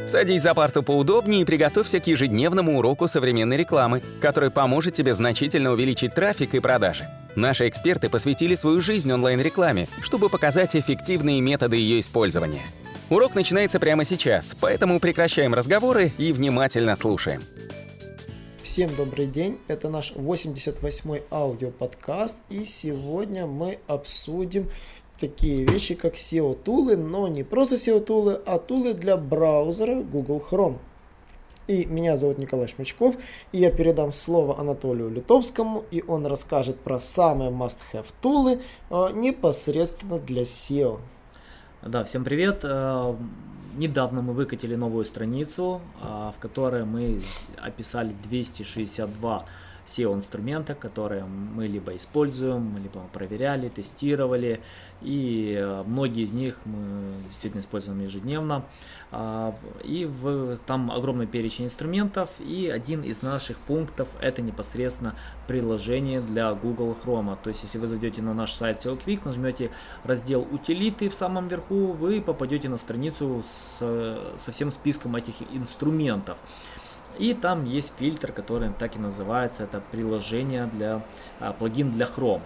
Садись за парту поудобнее и приготовься к ежедневному уроку современной рекламы, который поможет тебе значительно увеличить трафик и продажи. Наши эксперты посвятили свою жизнь онлайн-рекламе, чтобы показать эффективные методы ее использования. Урок начинается прямо сейчас, поэтому прекращаем разговоры и внимательно слушаем. Всем добрый день, это наш 88-й аудиоподкаст, и сегодня мы обсудим такие вещи, как SEO-тулы, но не просто SEO-тулы, а тулы для браузера Google Chrome. И меня зовут Николай Шмычков, и я передам слово Анатолию Литовскому, и он расскажет про самые must-have тулы непосредственно для SEO. Да, всем привет! Недавно мы выкатили новую страницу, в которой мы описали 262 SEO-инструмента, которые мы либо используем, либо проверяли, тестировали, и многие из них мы действительно используем ежедневно. Там огромный перечень инструментов, и один из наших пунктов – это непосредственно приложение для Google Chrome. То есть, если вы зайдете на наш сайт SEO Quick, нажмете раздел «Утилиты» в самом верху, вы попадете на страницу со всем списком этих инструментов. И там есть фильтр, который так и называется, это приложение плагин для Chrome.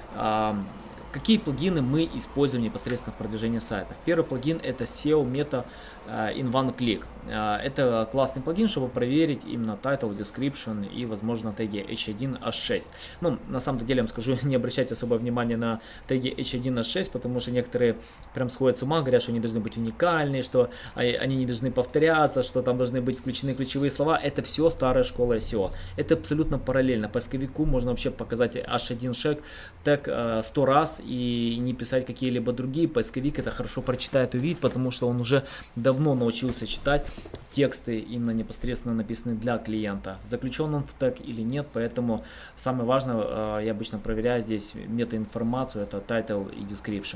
Какие плагины мы используем непосредственно в продвижении сайта? Первый плагин это SEO Meta in One Click. Это классный плагин, чтобы проверить именно title, description и, возможно, теги H1, H6. На самом деле, я вам скажу, не обращайте особое внимание на теги H1, H6, потому что некоторые прям сходят с ума, говорят, что они должны быть уникальны, что они не должны повторяться, что там должны быть включены ключевые слова. Это все старая школа SEO. Это абсолютно параллельно. Поисковику можно вообще показать H1 шаг так 100 раз и не писать какие-либо другие. Поисковик это хорошо прочитает и увидит, потому что он уже давно научился читать тексты именно непосредственно написанные для клиента. Заключен он в тег или нет, поэтому самое важное, я обычно проверяю здесь метаинформацию, это title и description.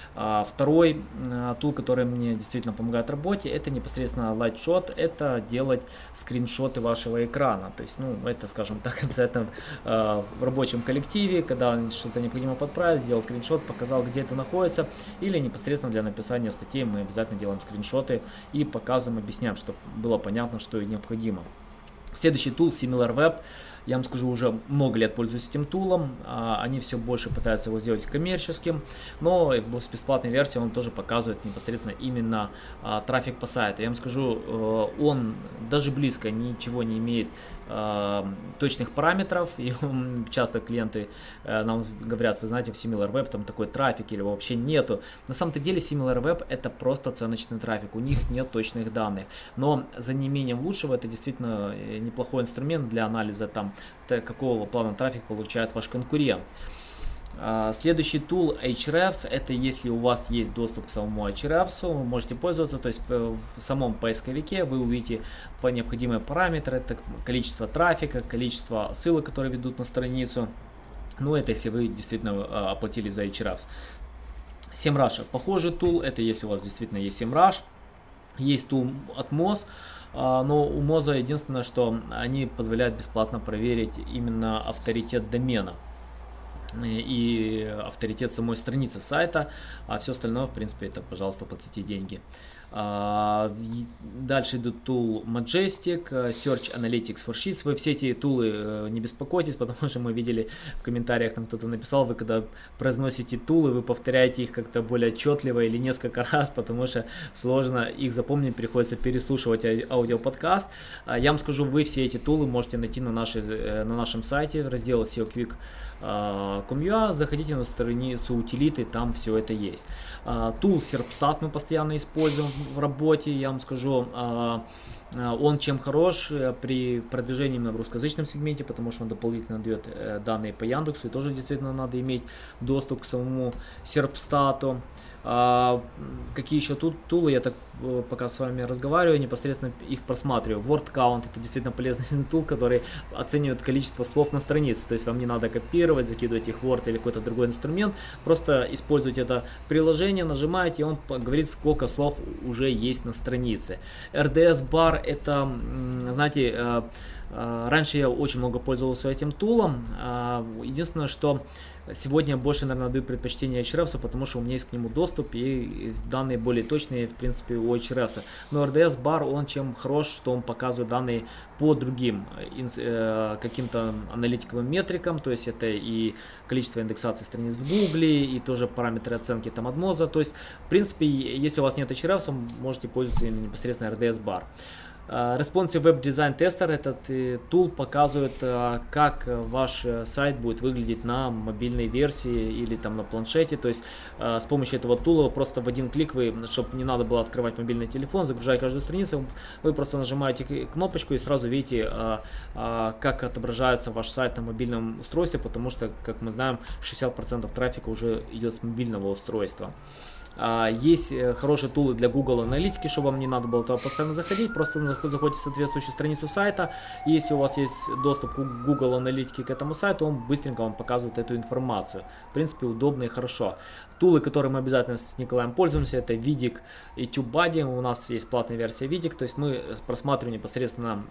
Второй тул, который мне действительно помогает в работе, это непосредственно LightShot, это делать скриншоты вашего экрана. То есть, это, скажем так, обязательно в рабочем коллективе, когда что-то необходимо подправить, сделал скриншот, показал, где это находится, или непосредственно для написания статей мы обязательно делаем скриншоты и показываем, объясняем, чтобы было понятно, что и необходимо. Следующий тул SimilarWeb. Я вам скажу, уже много лет пользуюсь этим тулом. Они все больше пытаются его сделать коммерческим, но в бесплатной версии он тоже показывает непосредственно именно трафик по сайту. Я вам скажу, он даже близко ничего не имеет точных параметров, и часто клиенты нам говорят, вы знаете, в SimilarWeb там такой трафик или его вообще нету. На самом-то деле SimilarWeb это просто оценочный трафик, у них нет точных данных, но за неимением лучшего это действительно неплохой инструмент для анализа какого плана трафик получает ваш конкурент. Следующий тул Ahrefs, это если у вас есть доступ к самому Ahrefs, вы можете пользоваться, то есть в самом поисковике вы увидите по необходимые параметры, это количество трафика, количество ссылок, которые ведут на страницу, это если вы действительно оплатили за Ahrefs. SEMrush, похожий тул, это если у вас действительно есть SEMrush, есть тул от Moz. Но у Moz единственное, что они позволяют бесплатно проверить именно авторитет домена и авторитет самой страницы сайта, а все остальное, в принципе, это, пожалуйста, платите деньги. Дальше идут тул Majestic, Search Analytics for Sheets. Вы все эти тулы не беспокойтесь, потому что мы видели в комментариях, там кто-то написал, вы когда произносите тулы, вы повторяете их как-то более отчетливо или несколько раз, потому что сложно их запомнить, приходится переслушивать аудиоподкаст. Я вам скажу, вы все эти тулы можете найти на нашем сайте, раздел SEO Quick. Заходите на страницу утилиты, там все это есть. Тул Serpstat мы постоянно используем в работе, я вам скажу, он чем хорош при продвижении именно в русскоязычном сегменте, потому что он дополнительно дает данные по Яндексу, и тоже действительно надо иметь доступ к самому Serpstat. Какие еще тут тулы, я так пока с вами разговариваю, непосредственно их просматриваю. Word Count это действительно полезный тул, который оценивает количество слов на странице, то есть вам не надо копировать, закидывать их в Word или какой-то другой инструмент, просто используйте это приложение, нажимаете, и он говорит, сколько слов уже есть на странице. RDS Bar это, знаете, раньше я очень много пользовался этим тулом, единственное, что сегодня больше, наверное, даю предпочтение Ahrefs, потому что у меня есть к нему доступ и данные более точные, в принципе, у Ahrefs. Но RDS Bar, он чем хорош, что он показывает данные по другим каким-то аналитиковым метрикам, то есть это и количество индексаций страниц в Google, и тоже параметры оценки там от Moza. То есть, в принципе, если у вас нет Ahrefs, можете пользоваться непосредственно RDS Bar. Responsive Web Design Tester, этот тул показывает, как ваш сайт будет выглядеть на мобильной версии или там на планшете. То есть с помощью этого тула просто в один клик, чтобы не надо было открывать мобильный телефон, загружая каждую страницу, вы просто нажимаете кнопочку и сразу видите, как отображается ваш сайт на мобильном устройстве, потому что, как мы знаем, 60% трафика уже идет с мобильного устройства. Есть хорошие тулы для Google аналитики, чтобы вам не надо было туда постоянно заходить, просто заходите в соответствующую страницу сайта. Если у вас есть доступ к Google аналитике к этому сайту, он быстренько вам показывает эту информацию. В принципе, удобно и хорошо. Тулы, которыми мы обязательно с Николаем пользуемся, это Vidiq и TubeBuddy. У нас есть платная версия Vidiq, то есть мы просматриваем непосредственно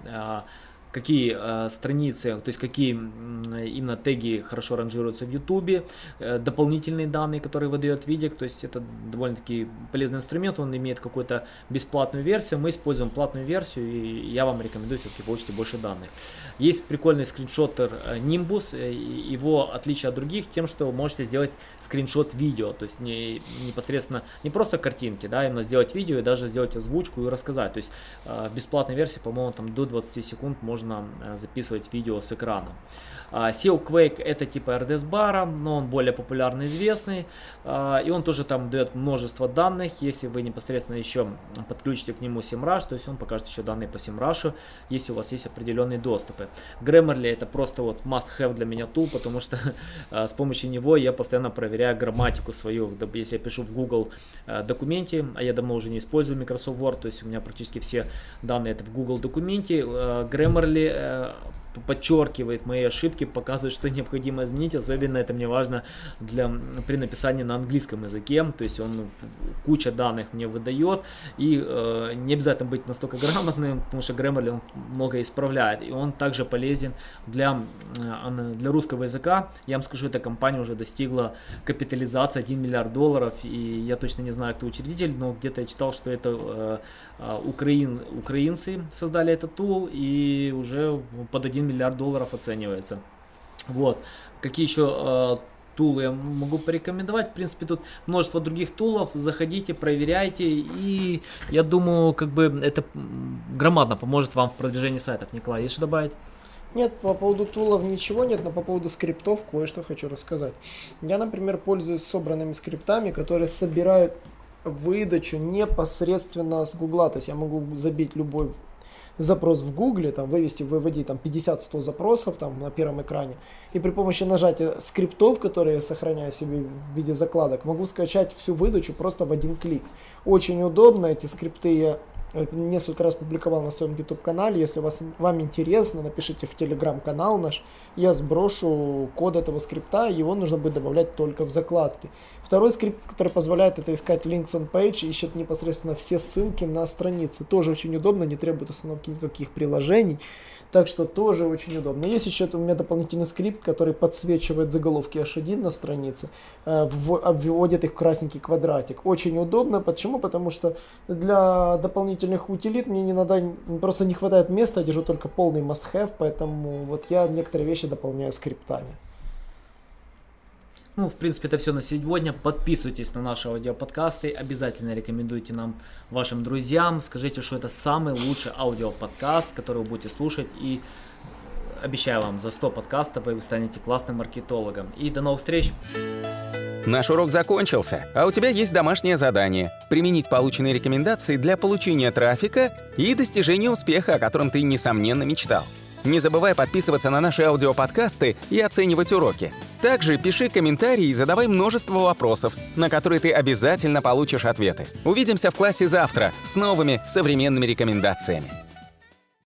какие страницы, то есть какие именно теги хорошо ранжируются в YouTube, дополнительные данные, которые выдает Vidiq, то есть это довольно-таки полезный инструмент, он имеет какую-то бесплатную версию, мы используем платную версию, и я вам рекомендую все-таки получить больше данных. Есть прикольный скриншоттер Nimbus, его отличие от других тем, что вы можете сделать скриншот видео, то есть непосредственно, не просто картинки, да, именно сделать видео и даже сделать озвучку и рассказать, то есть в бесплатной версии, по-моему, там до 20 секунд можно записывать видео с экрана. SEO Quake это типа RDS бара, но он более популярный, известный, и он тоже там дает множество данных. Если вы непосредственно еще подключите к нему SEMrush, то есть он покажет еще данные по SEMrush, если у вас есть определенные доступы. Grammarly это просто вот must have для меня tool, потому что с помощью него я постоянно проверяю грамматику свою. Если я пишу в Google документе, а я давно уже не использую Microsoft Word, то есть у меня практически все данные это в Google документе, Grammarly подчеркивает мои ошибки, показывает, что необходимо изменить. Особенно это мне важно при написании на английском языке. То есть он куча данных мне выдает. И не обязательно быть настолько грамотным, потому что Grammarly он много исправляет. И он также полезен для русского языка. Я вам скажу, эта компания уже достигла капитализации $1 миллиард. И я точно не знаю, кто учредитель, но где-то я читал, что это украинцы создали этот тул, и уже под $1 миллиард оценивается. Вот. Какие еще тулы я могу порекомендовать? В принципе, тут множество других тулов. Заходите, проверяйте, и я думаю, как бы это громадно поможет вам в продвижении сайтов. Николай, есть что добавить? Нет, по поводу тулов ничего нет, но по поводу скриптов кое-что хочу рассказать. Я, например, пользуюсь собранными скриптами, которые собирают выдачу непосредственно с Гугла. То есть я могу забить любой запрос в Гугле, там выводить там 50-100 запросов там на первом экране. И при помощи нажатия скриптов, которые я сохраняю себе в виде закладок, могу скачать всю выдачу просто в один клик. Очень удобно, эти скрипты я несколько раз публиковал на своем YouTube-канале. Если вам интересно, напишите в Telegram-канал наш. Я сброшу код этого скрипта, его нужно будет добавлять только в закладки. Второй скрипт, который позволяет это искать links on page, ищет непосредственно все ссылки на страницы. Тоже очень удобно, не требует установки никаких приложений. Так что тоже очень удобно. Есть еще у меня дополнительный скрипт, который подсвечивает заголовки H1 на странице, обводит их в красненький квадратик. Очень удобно. Почему? Потому что для дополнительных утилит мне не надо, просто не хватает места, я держу только полный must-have, поэтому вот я некоторые вещи дополняю скриптами. Ну, в принципе, это все на сегодня. Подписывайтесь на наши аудиоподкасты. Обязательно рекомендуйте нам вашим друзьям. Скажите, что это самый лучший аудиоподкаст, который вы будете слушать. И обещаю вам, за 100 подкастов вы станете классным маркетологом. И до новых встреч! Наш урок закончился, а у тебя есть домашнее задание – применить полученные рекомендации для получения трафика и достижения успеха, о котором ты, несомненно, мечтал. Не забывай подписываться на наши аудиоподкасты и оценивать уроки. Также пиши комментарии и задавай множество вопросов, на которые ты обязательно получишь ответы. Увидимся в классе завтра с новыми современными рекомендациями.